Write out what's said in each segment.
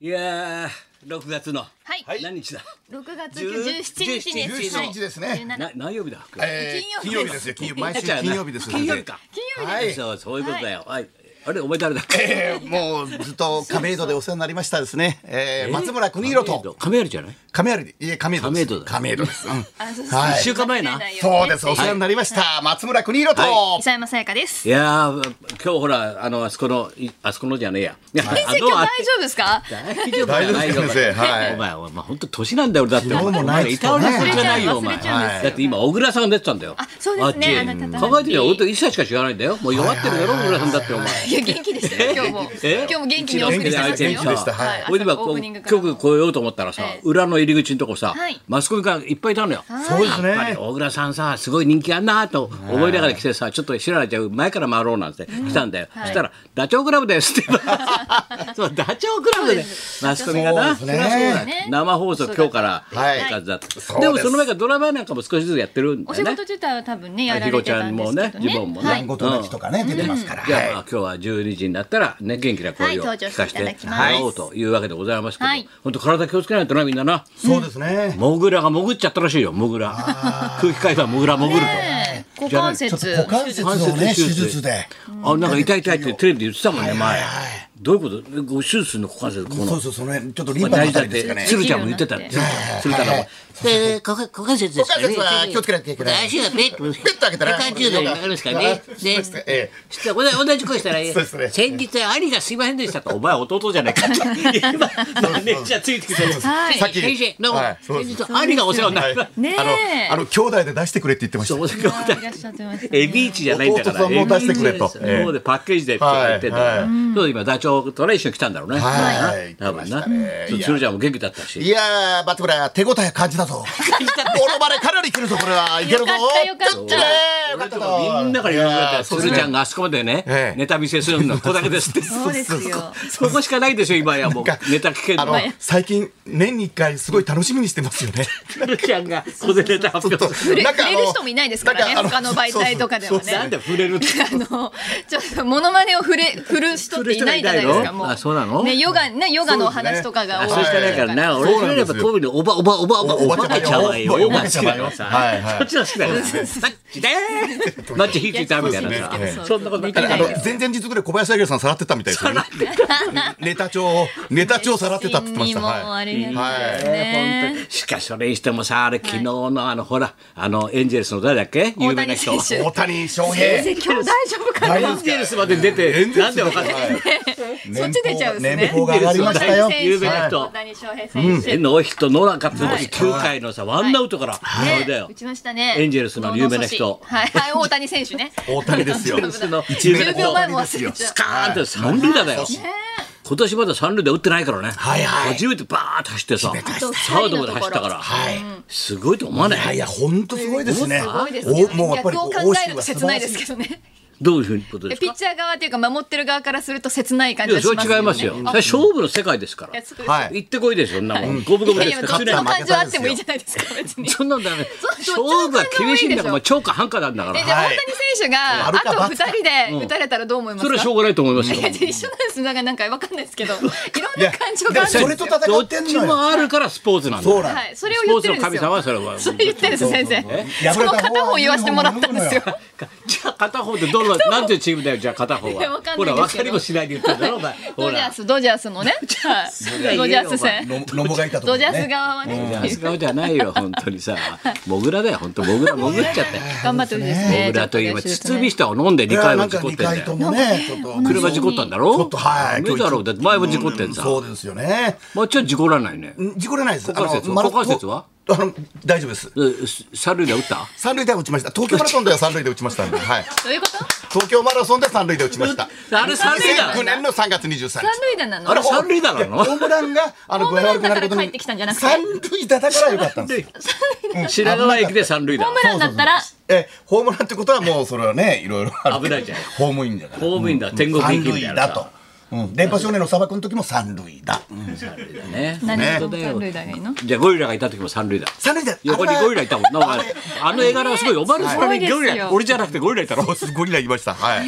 いやー、6月のはい何日だ。 6月17日です。 17日ですね。 何曜日だ。 金曜日ですよ。毎週金曜日です。 金曜日か。 金曜日はい。 そういうことだよ。はい。あれお前誰だっけ。 もうずっと亀戸でお世話になりましたですね。松村邦洋と亀有じゃない。 亀有で、いえ亀戸です。 亀戸だ亀戸です。 一週間前な。 そうです。お世話になりました松村邦洋と伊佐山さやかです。 いやー、今日ほらあそこのじゃねえや。 先生今日大丈夫ですか？ 大丈夫じゃないよ。 大丈夫です先生はいお前本当年なんだよ俺だって。 昨日もないいたわりするじゃないよお前。 忘れちゃうんですよだって今小倉さんが出てたんだよ。 あ、そうですね。あなた考えてみよう。俺と一切しか知らないんだよ。もう弱ってるだろ小倉さんだってお前。 いや元気でしたよ今日も。今日も元気にお送りしてましたよ。 元気でしたはい俺今オープニングから曲越えようと思ったらさ、裏の入り口のとこさ、 はいマスコミがいっぱいいたのよ。 そうですやっぱりね。 小倉さんさすごい人気あんなと思いながら来てさ、ちょっと知らないじゃん前から回ろうなんて来たんだよ。そしたらダチョウ倶楽部ですってそうダチョウ倶楽部でマスコミがな、 そうですねそりゃそうだよ生放送今日からはいって感じだった。 そうですでもその前からドラマなんかも少しずつやってるんだおよね。 仕事自体は多分ねやられてたんですけどね。 ひこちゃんもねジボンもねはいごとなきとかね出てますから。 じゃあ、 はいまあ今日は12時になったらね元気な声をはい登場聞かせてしていただきますもらおうというわけでございますけど、 はい本当体気をつけないとなみんなな。 そうですね。 モグラが潜っちゃったらしいよモグラ。空気階段モグラ潜ると。 ねえ股関ちょっと節股関節のね手術で。 あなんか痛い痛いってテレビで言ってたもんね前。どういうこと？ご手術の股関節この。 そうその辺ちょっとリンパのあた大事だってりですかね。 鶴ちゃんも言ってた。鶴太郎も。 で、股関節ですからね。 股関節は気をつけなきゃいけない。 足がペッと。 ペッと開けたら 180度になりますからね。 そうですね。えそしたら同じ声したら、 そうですね先日兄がすいませんでしたと。 お前弟じゃないか。今マネージャーついてきてる。 はいさっき先生、どうも。 はいそうです先日兄がお世話になりました。 ねえ兄弟で出してくれって言ってました。 そう兄弟いらっしゃってましたね。 エビーチじゃないんだから。 弟さんも出してくれとエビーチそうでパッケージでって言ってんだから。そう今ダチョウとね一緒に来たんだろうね。 はい多分な。 いや鶴ちゃんも元気だったし。 いやー松村手応え感じたぞ。この場でかなり来るぞこれはいけるぞ。 よかったよかったよかったぞ。 みんなから言われたよ。 そうですね鶴ちゃんがあそこまでねええネタ見せするのここだけですって。 そうですよ。 そこしかないでしょ今やもうネタ聞けるの。 最近年に1回すごい楽しみにしてますよね。 鶴ちゃんがここでネタ発表する。 触れる人もいないですからね。他の媒体とかではね。 なんで触れるって。 ちょっとモノマネを振る人っていないじゃないですか。もうあそうなの？ ねヨガの話とかが多いそうしてないからな。俺それやっぱこういうのおばけちゃうわよ。おばけちゃうわよさ。そっちの好きだよ。マッチでー。マッチ引いてたみたいなさ。そんなことない。 前々日ぐらい小林明さんさらってたみたいですよね。ネタ帳さらってたって言ってました。 もうありがとうはいね。 本当しかしそれにしてもさあれ昨日のほらエンジェルスの誰だっけ有名な人。 大谷選手大谷翔平。 先生今日大丈夫かな。 エンジェルスまで出てなんでわかんない。 そっち出ちゃうんですね。 年俸が上がりましたよ。 有名な人大谷翔平選手。 ノーヒットノーラン勝つ9回のさワンアウトからあれだよ打。ちましたね。 エンジェルスの有名な人はい大谷選手ね。 大谷ですよ。 10秒前も忘れちゃスカーンって三塁打だよ。今年まだ三塁打打ってないからね。 はいはい初めてバーッと走ってさサードまで走ったからすごいと思わない。 いや本当すごいですね。 すごいですよ。 もうやっぱり逆を考えると切ないですけどね。 どういうふうにことですか。 ピッチャー側っていうか守ってる側からすると切ない感いやそれじがします違いますよ。それ勝負の世界ですから。 はい。 行ってこいですよ。そんなもん五分五分いやですから。 どっちの感情あってもいいじゃないですか別に。 そんなのダメ。 そう勝負は厳しいんだから、超か半かなんだから。 じゃあ大谷選手があと2人で打たれたらどう思いますか。 それはしょうがないと思いますよ。 いや一緒なんですだからなんかわかんないですけどいろんな感情がある。 それと戦どっってんちものよ。 あるからスポーツなんだ。 そうなんはいそれをスポーツ言ってるんですよ。 の神様はそれは。 それ言ってるんです先生。 敗その片方言わせてもらったんですよ。 じゃあ片方でどのなんていうチームだよじゃあ片方いやわは。ほらかんないですけど分かりもしないで言ってんだろお前。ほら。 ドジャースのね。はいドジャース戦。 ロボがいたとドジャース側はね。 さすがじゃないよ本当にさ。モグラだよ本当モグラ潜っちゃって。 頑張ってほしいですね。 モグラといえば堤下を飲んで2回も事故ってんだよ。 ともねちょっと車事故ったんだろ。 ちょっとはいダメだろうだって前も事故ってんさ。 そうですよね。 まあちょっと事故らないね。 事故れないです。 股関節は大丈夫です。 三塁打打った？ 三塁打打ちました。東京マラソンでは三塁打打ちましたんで、はい。 どういうこと？ 東京マラソンで三塁打打ちました。 あれ三塁打。 2009年の3月23日。 三塁打なの？ あれ三塁打なの？ ホームランが具合悪くなることにホームランだから帰ってきたんじゃなくて三塁打だからよかったんです。 品川駅で三塁打ホー。ムランだったらホームランってことはもうそれはねいろいろある。 危ないじゃん。 ホームインだから。 ホームインだ天国行三きみたいなさ。 塁打と。電波少年の砂漠の時も三塁打。 ね。 何本当だよ三塁打がいいの？ じゃあゴリラがいた時も三塁打。 三塁打。 横にゴリラいたもんな。あの絵柄はすごい。お前のそれにゴリラ、 すごいですよ俺じゃなくてゴリラいたろ。 ゴリラいました。はい。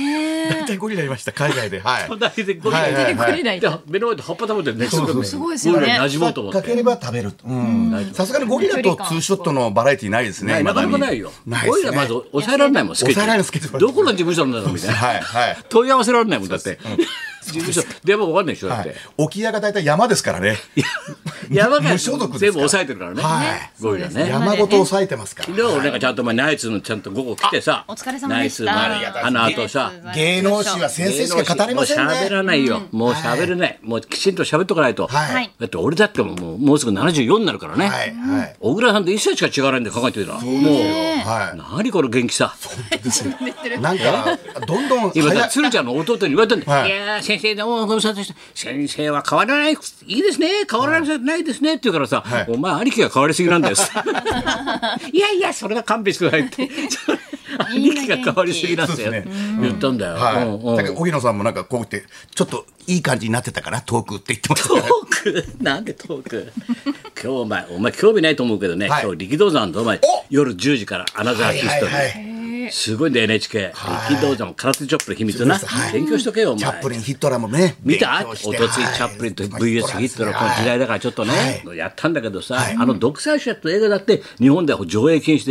大体ゴリラいました海外で。はい。 隣でゴリラはいはいゴリラいた。 目の前で葉っぱ食べてね、 すごいですよねゴリラに馴染もうと思って。 かければ食べる。さすがにゴリラとツーショットのバラエティないですね。 なかなかないよ。 ないですね。 ゴリラまず抑えられないもん。 抑えられないスケジュール。 どこの事務所なのみたいな。 はいはい。 問い合わせられないもんだって。事務所電話わかんないでしょだって。 沖屋が大体山ですからね。 山が無所属ですから全部抑えてるからね。 はいゴリラね。 山ごと抑えてますから。 昨日なんかちゃんとナイツのちゃんと午後来てさ。 お疲れ様でした。 ナイツのあの後さ。 芸能史は先生しか語れませんね。 もう喋らないよ。もう喋れない。もうきちんと喋っとかないと。 はい。 だって俺だってもうすぐ74になるからね。 はいはい。 小倉さんと1歳しか違わないんで考えてみたら。もう何この元気さ。 なんかどんどん今さ鶴ちゃんの弟に言われてんだよ。 はいいや先生どうもご無沙汰でした。先生は変わらないいいですね変わらないですねって言うからさ、お前兄貴が変わりすぎなんだよ。いやいやそれは勘弁してくださいって。兄貴が変わりすぎなんだよ言ったんだよ。 はい。だから荻野さんもなんかこうやってちょっといい感じになってたかなトークって言ってましたね。 トークなんでトーク今日お前興味ないと思うけどね、今日力道山とお前夜10時からアナザーヒストリーすごいんだよ NHK 力道山空手チョップの秘密な勉強しとけよお前。 チャップリンヒットラーもね見たお勉強してとついチャップリンと VS ヒットのこの時代だからちょっとねやったんだけどさあの独裁者って映画だって日本では上映禁止で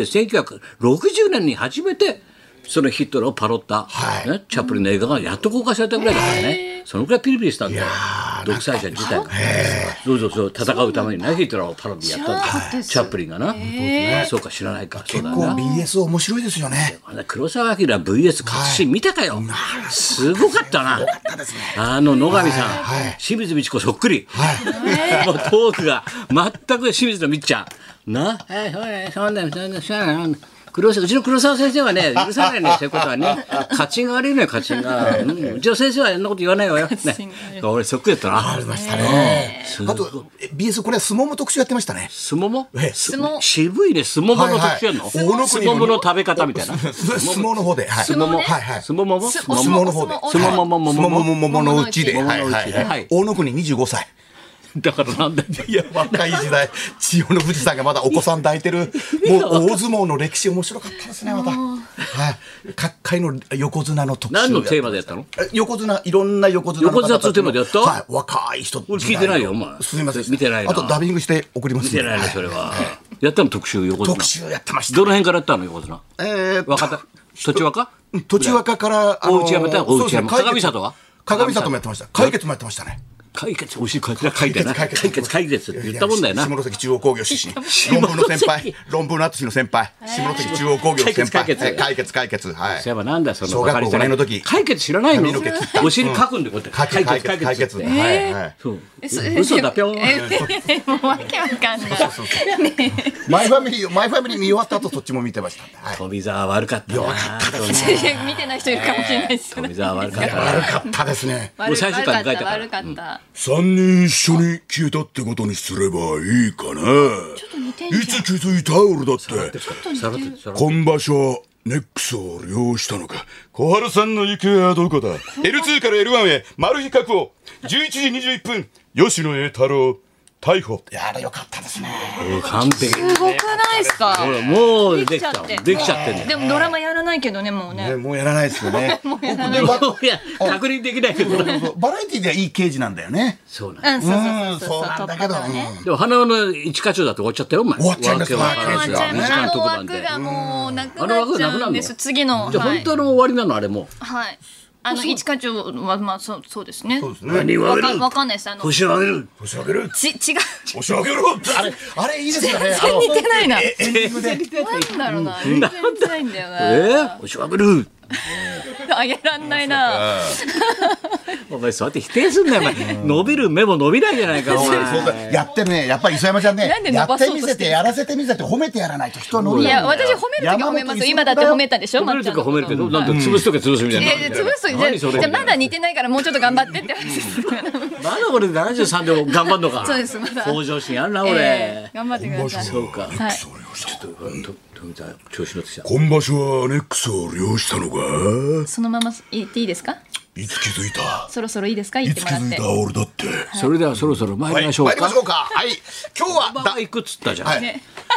1960年に初めてそのヒットラーをパロった、ね、チャップリンの映画がやっと公開されたぐらいだからねそのくらいピリピリしたんだよ独裁者自体がそう戦うためにねヒットラーをパロディやったんだチャップリンがなそうか知らないかそうだ結構な BS 面白いですよね。 黒澤明 VS 勝新見たかよすごかったなあの野上さん清水美智子そっくりもうトークが全く清水のみっちゃんなそんなうちの黒沢先生はね許さないねそういうことはね勝ちが悪いのよ勝ちがうちの先生はそんなこと言わないわよね俺そっくりだったなありましたね。あと BS これは相撲も特集やってましたね。 すもも相撲渋いねすももの特集やんのすももの食べ方みたいな相撲の方ですももはいはいすももも相撲の方ですもももも相撲ものうちでももはいはいのうちではい大野国25歳。 だからなんだいや若い時代千代の富士さんがまだお子さん抱いてるもう大相撲の歴史面白かったですねまた。はい各界の横綱の特集何のテーマでやったの横綱いろんな横綱の方横綱っていうテーマでやったはい若い人俺聞いてないよお前すみません見てないなあとダビングして送ります見てないねそれはやったの特集横綱特集やってましたどの辺からやったの横綱若田途中若途中若から大内山だ大内山鏡里は鏡里もやってました解決もやってましたね解決美味しい解決解決って言ったもんだよな下関中央工業出身論文の先輩論文の淳の先輩下関中央工業先輩解決はいそういえばなんだその小学校5年の時解決知らないの髪の毛切ったお尻書くんでこうやって解決ってはいはいそう嘘だぴょんもうわけわかんない。 マイファミリー見終わった後そっちも見てました富澤悪かったな見てない人いるかもしれないですよね。 富澤悪かった悪かったですねもう最終回に書いたから悪かった。 3人一緒に消えたってことにすればいいかな。いつ気づいた俺だって今場所ネックスを利用したのか。小春さんの行方はどこだ。 L2 から L1 へマル秘確保。11時21分吉野栄太郎逮捕。 いやあれよかったですね完璧すごくないですか。 もうできちゃってんだでもドラマやらないけどねもうね。 もうやらないですよねいや確認できないけどバラエティではいい刑事なんだよねそうなんそうなんだけどでも花の一課長だって終わっちゃったよお前終わっちゃいますよ終わっちゃいました。あの枠がもうなくなっちゃうんです。次のじゃあ本当の終わりなのあれもはい。一課長はまあそうですね。 何をあげるわかんないです。 星をあげる星あげる違う。 星あげるあれいいですよね全然似てないな。 エンディングでなんだろうな。全然似てないんだよな。 星をあげるあげらんないな。 お前そうやって否定すんなよお前伸びる目も伸びないじゃないかお前やってねやっぱり磯山ちゃんねなんでやって伸ばそうとしてみせてやらせてみせて褒めてやらないと人は伸びないいや私褒めるときは褒めますよ。今だって褒めたでしょ。 褒めるときは褒めるけどなんか潰すときは潰すみたいな潰すと何それじゃあまだ似てないからもうちょっと頑張ってって話です。 まだ俺73でも頑張んのかそうですまだ向上心あんな俺頑張ってください。 そうかはい。 富澤調子乗ってきた今場所はネックスを利用したのか。 そのまま言っていいですか。 いつ気づいた。 そろそろいいですか言いってもらってつ気づいた。俺だって。 それではそろそろ参りましょうか参りましょうかはい今日はバー行くっつったじゃんはいね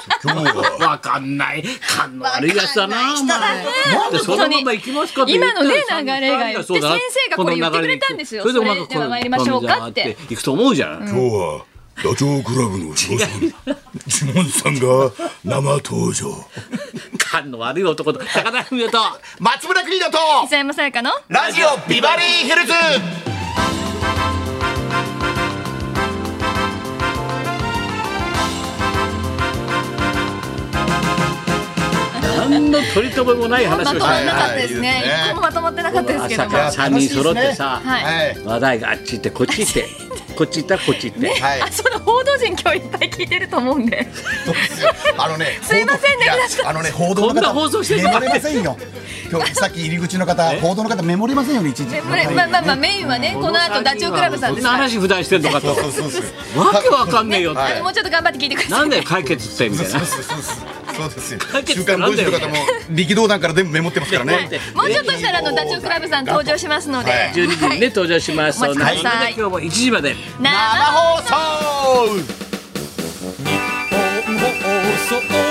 今日はわかんない。勘の悪いやつだな。お前なんでそのまま行きますかって言ったら今のね流れが言って先生がこれ言ってくれたんですよ。 それでもなんかそれでは参りましょうかって行くと思うじゃん。 今日はダチョウ倶楽部のジモンさんが生登場。 勘の悪い男と高田文夫と松村邦洋と磯山さやかのラジオビバリーヒルズ。 何の取り留めもない話まとをしてまらなかったですね。一個もまとまってなかったですけども。 朝から3人揃ってさ、 はい話題があっち行ってこっち行ってこっち行ったらこっち行ってはいあ、その報道陣今日いっぱい聞いてると思うんで。すいませんねいや皆さん報道のこんな方放送してるメモれませんよ。今日さっき入り口の方、報道の方メモれませんよね、一時。 まあメインはね、この後ダチョウ倶楽部さんこんなですから。 話普段してんのかとそうわけわかんねえよってもうちょっと頑張って聞いてください。 なんで解決ってみたいなそうですよ。 解決週刊文春の方も力道団から全部メモってますからね。 もうちょっとしたらダチョウ�l楽部さん登場しますので、 12時にね登場します。 お待ちください今日も1時まで生生放送。 日本放送